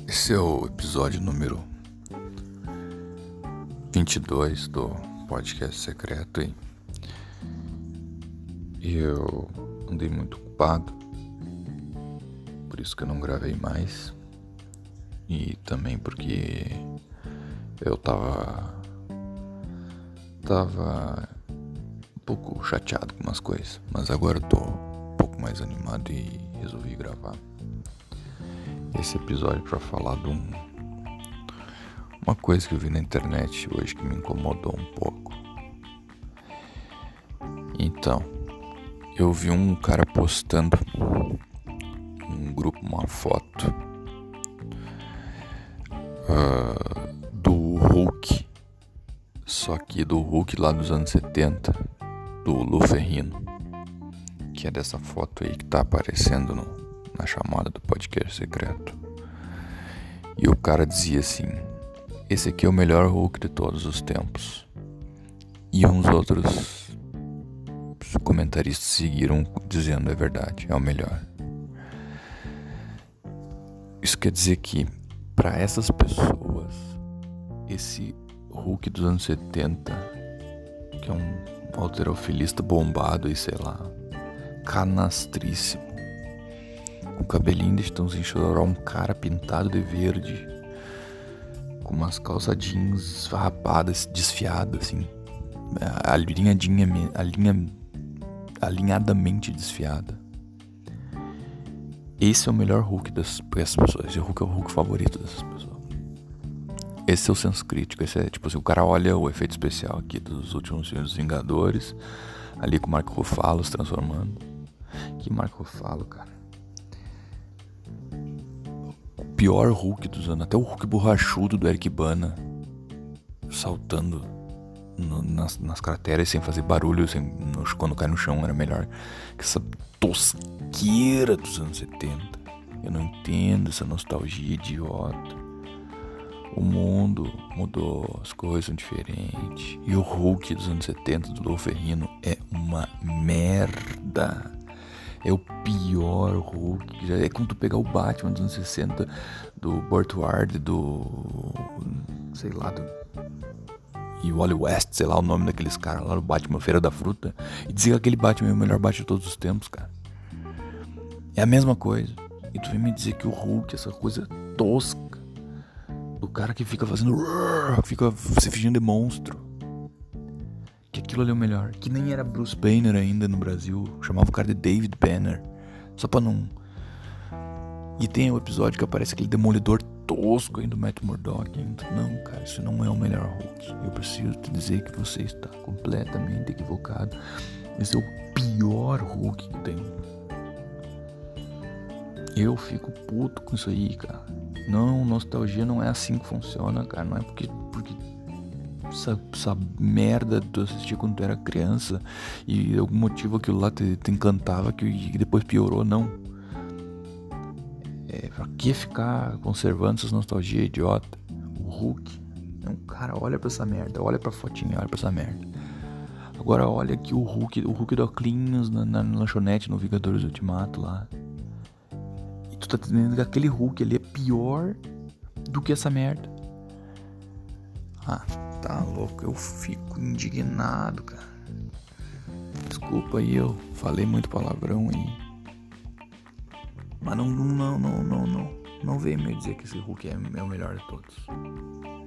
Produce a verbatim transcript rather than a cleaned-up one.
Esse é o episódio número vinte e dois do podcast secreto e eu andei muito ocupado, por isso que eu não gravei mais, e também porque eu tava tava um pouco chateado com umas coisas, mas agora eu tô um pouco mais animado e resolvi gravar esse episódio para falar de um, uma coisa que eu vi na internet hoje que me incomodou um pouco. Então, eu vi um cara postando um grupo, uma foto uh, do Hulk, só que do Hulk lá dos anos setenta, do Lou Ferrigno, que é dessa foto aí que tá aparecendo no na chamada do podcast secreto. E o cara dizia assim: esse aqui é o melhor Hulk de todos os tempos. E uns outros comentaristas seguiram dizendo: é verdade, é o melhor. Isso quer dizer que para essas pessoas esse Hulk dos anos setenta, que é um halterofilista bombado e sei lá, canastríssimo, com o cabelinho de Chitãozinho Chororó, um cara pintado de verde, com umas calça jeans esfarrapadas, desfiadas, assim, alinhadinha, alinha, alinhadamente desfiada. Esse é o melhor Hulk dessas pessoas. Esse Hulk é o Hulk favorito dessas pessoas. Esse é o senso crítico. Esse é tipo assim, o cara olha o efeito especial aqui dos últimos filmes dos Vingadores, ali com o Mark Ruffalo se transformando. Que Mark Ruffalo, cara. Pior Hulk dos anos, até o Hulk borrachudo do Eric Bana saltando no, nas, nas crateras sem fazer barulho, sem, no, quando cai no chão era melhor que essa tosqueira dos anos setenta. Eu não entendo essa nostalgia idiota. O mundo mudou, as coisas são diferentes, e o Hulk dos anos setenta do Lou Ferrigno é uma merda. É o pior Hulk. É como tu pegar o Batman dos anos sessenta, do Burt Ward, do... sei lá, do... e o Wally West, sei lá o nome daqueles caras lá, do Batman Feira da Fruta, e dizer que aquele Batman é o melhor Batman de todos os tempos, cara. É a mesma coisa. E tu vem me dizer que o Hulk, essa coisa tosca, do cara que fica fazendo... fica se fingindo de monstro, que aquilo ali é o melhor. Que nem era Bruce Banner ainda no Brasil. Chamava o cara de David Banner, só pra não... E tem o episódio que aparece aquele demolidor tosco ainda do Matt Murdock ainda. Não, cara, isso não é o melhor Hulk. Eu preciso te dizer que você está completamente equivocado. Esse é o pior Hulk que tem. Eu fico puto com isso aí, cara. Não, nostalgia não é assim que funciona, cara. Não é porque... porque Essa, essa merda tu assistia quando tu era criança e algum motivo aquilo lá te, te encantava que e depois piorou, não. É, pra que ficar conservando essas nostalgias idiota? O Hulk é um cara, olha pra essa merda, olha pra fotinha, olha pra essa merda. Agora olha aqui o Hulk, o Hulk do Oclinhos na, na, na lanchonete no Vingadores Ultimato lá. E tu tá dizendo que aquele Hulk ali é pior do que essa merda. Ah, tá louco, eu fico indignado, cara. Desculpa aí, eu falei muito palavrão aí. Mas não, não, não, não, não, não. Não vem me dizer que esse Hulk é, é o melhor de todos.